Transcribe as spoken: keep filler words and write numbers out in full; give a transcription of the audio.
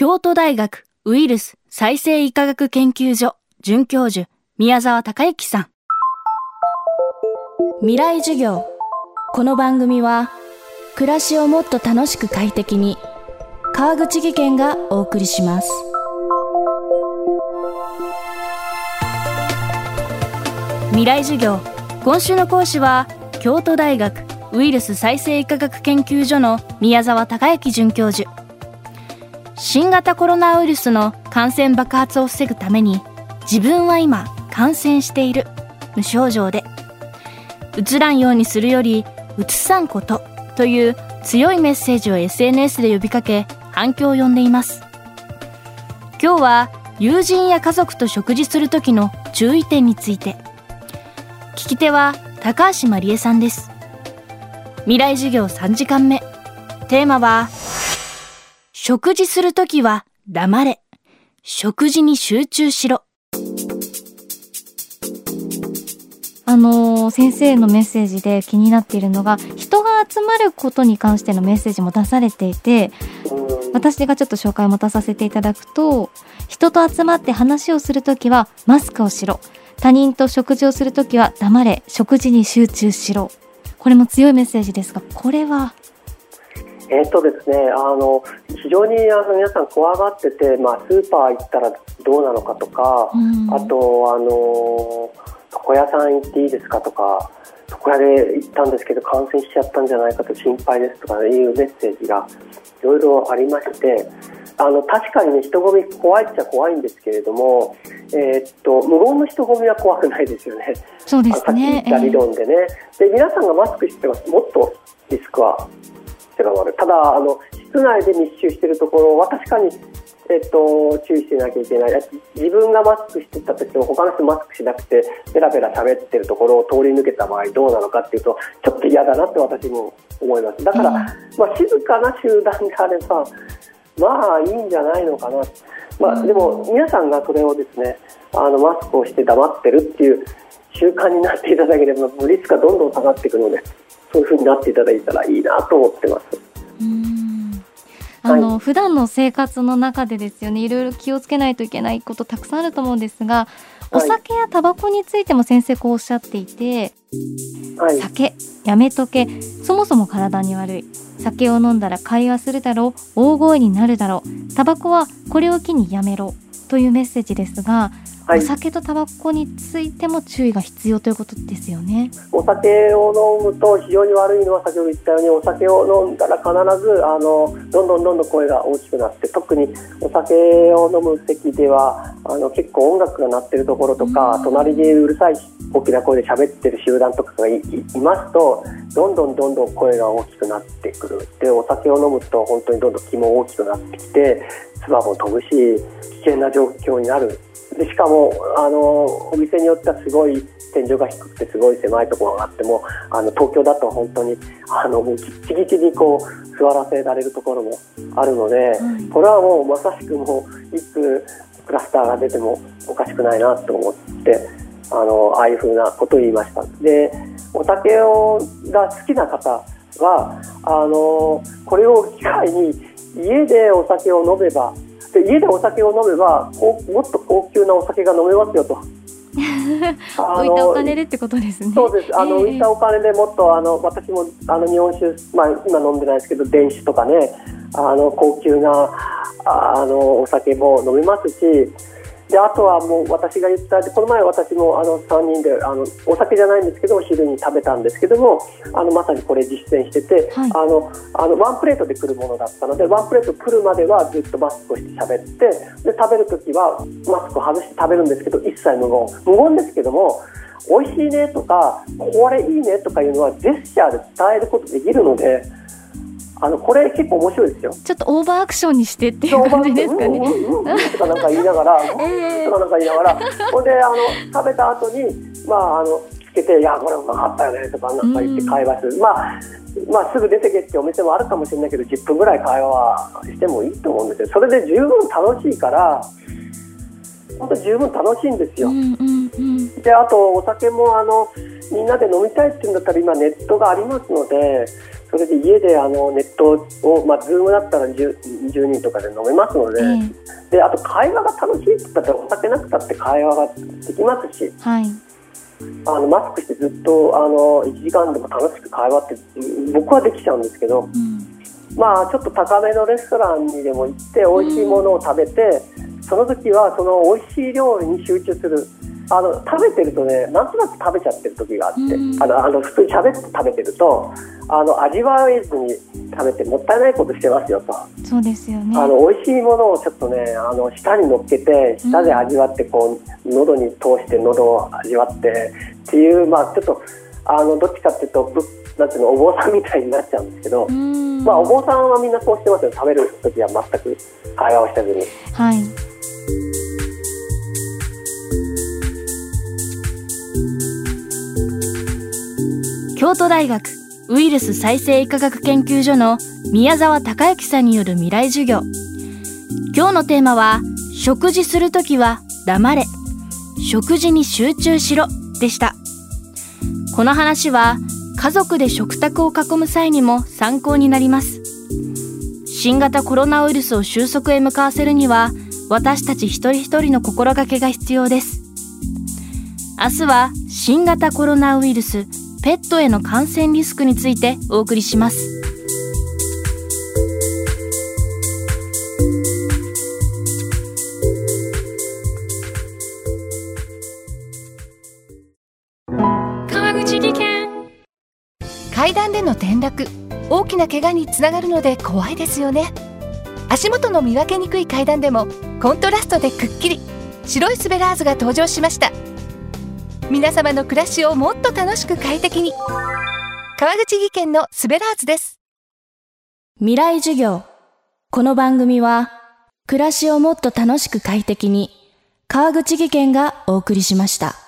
京都大学ウイルス再生医科学研究所准教授宮沢孝之さん。未来授業。この番組は暮らしをもっと楽しく快適に川口義賢がお送りします。未来授業、今週の講師は京都大学ウイルス再生医科学研究所の宮沢孝之准教授。新型コロナウイルスの感染爆発を防ぐために、自分は今感染している、無症状でうつらんようにするよりうつさんことという強いメッセージを エスエヌエス で呼びかけ、反響を呼んでいます。今日は友人や家族と食事する時の注意点について。聞き手は高橋まりえさんです。未来授業さんじかんめ、テーマは食事するときは黙れ、食事に集中しろ。 あのー、先生のメッセージで気になっているのが、人が集まることに関してのメッセージも出されていて、私がちょっと紹介を持たさせていただくと、人と集まって話をするときはマスクをしろ、他人と食事をするときは黙れ、食事に集中しろ。これも強いメッセージですが、これはえーとですね、あの非常にあの皆さん怖がってて、まあ、スーパー行ったらどうなのかとか、うん、あとあの床屋さん行っていいですかとか、床屋で行ったんですけど感染しちゃったんじゃないかと心配ですとかいうメッセージがいろいろありまして、あの確かにね、人混み怖いっちゃ怖いんですけれども、えー、っと無言の人混みは怖くないですよね。 そうですね。 さっき言った理論でね、えー、で皆さんがマスクしてます。もっとリスクはただあの室内で密集しているところは確かに、えっと、注意していなきゃいけない。自分がマスクしていた時も他の人マスクしなくてベラベラ喋ってるところを通り抜けた場合どうなのかっていうと、ちょっと嫌だなって私も思います。だから、うん、まあ、静かな集団であればまあいいんじゃないのかな、まあ、でも皆さんがそれをですね、あのマスクをして黙ってるっていう習慣になっていただければリスクがどんどん下がっていくので、そういう風になっていただいたらいいなと思ってます。 うーん、あの、はい、普段の生活の中でですよね、いろいろ気をつけないといけないことたくさんあると思うんですが、お酒やタバコについても先生こうおっしゃっていて、はい、酒やめとけ、そもそも体に悪い、酒を飲んだら会話するだろう、大声になるだろう、タバコはこれを機にやめろというメッセージですが、はい、お酒とタバコについても注意が必要ということですよね。 お酒を飲むと非常に悪いのは、先ほど言ったようにお酒を飲んだら必ずあのどんどんどんどん声が大きくなって、特にお酒を飲む席ではあの結構音楽が鳴ってるところとか、隣でうるさい大きな声で喋ってる集団とかが い, いますと、どんどんどんどん声が大きくなってくる。でお酒を飲むと本当にどんどん気も大きくなってきて、唾も飛ぶし危険な状況になる。でしかもあのお店によってはすごい天井が低くてすごい狭いところがあっても、あの東京だと本当にあのもうギッチギチにこう座らせられるところもあるので、うん、これはもうまさしくもういつクラスターが出てもおかしくないなと思って、あのああいうふうなことを言いました。でお酒をが好きな方はあのこれを機会に家でお酒を飲めば、で家でお酒を飲めばこうもっと高級なお酒が飲めますよと浮いたお金でってことですね。 そうです。あの、えー、浮いたお金でもっとあの私もあの日本酒、まあ、今飲んでないですけど電酒とかね、あの高級なあのお酒も飲めますし、であとはもう私が言ったこの前私もあのさんにんであのお酒じゃないんですけどお昼に食べたんですけども、あのまさにこれ実践してて、はい、あのあのワンプレートで来るものだったので、ワンプレート来るまではずっとマスクをして喋って、で食べるときはマスクを外して食べるんですけど一切無言無言ですけども、美味しいねとかこれいいねとかいうのはジェスチャーで伝えることできるので、あのこれ結構面白いですよ。 ちょっとオーバーアクションにしてっていう感じですかね。 うんうんうん、とかなんか言いながら、えー、とかなんか言いながら、ほんであの食べた後にまああのつけて、いやこれうまかったよねとかなんか言って会話する。まあまあすぐ出てけってお店もあるかもしれないけど、じゅっぷんぐらい会話はしてもいいと思うんですよ。それで十分楽しいから。本当に十分楽しいんですよ、うんうんうん、であとお酒もあのみんなで飲みたいっていうんだったら今ネットがありますので、 それで家であのネットを、まあ、ズームだったら 10, じゅうにんとかで飲めますので、えー、であと会話が楽しいって言ったらお酒なくたって会話ができますし、 はい、 あのマスクしてずっとあのいちじかんでも楽しく会話って僕はできちゃうんですけど、うん、まあちょっと高めのレストランにでも行って美味しいものを食べて、うん、その時はその美味しい料理に集中する。あの食べてるとね、なんとなく食べちゃってる時があって、うん、あのあの普通に喋って食べてるとあの味わえずに食べてもったいないことしてますよと。 そうですよね。 あの美味しいものをちょっとねあの舌に乗っけて舌で味わってこう、うん、喉に通して喉を味わってっていう、まあちょっとあのどっちかっていうとなんていうのお坊さんみたいになっちゃうんですけど、うん、まあお坊さんはみんなそうしてますよ。食べる時は全く会話をせずに。 はい。 京都大学ウイルス再生医科学研究所の宮沢孝之さんによる未来授業。今日のテーマは食事するときは黙れ、食事に集中しろでした。この話は家族で食卓を囲む際にも参考になります。新型コロナウイルスを収束へ向かわせるには私たち一人一人の心がけが必要です。明日は新型コロナウイルスペットへの感染リスクについてお送りします。 川口技研。階段での転落、大きな怪我につながるので怖いですよね。足元の見分けにくい階段でもコントラストでくっきり白いスベラーズが登場しました。皆様の暮らしをもっと楽しく快適に、川口技研のスベラーズです。 未来授業。この番組は暮らしをもっと楽しく快適に、川口技研がお送りしました。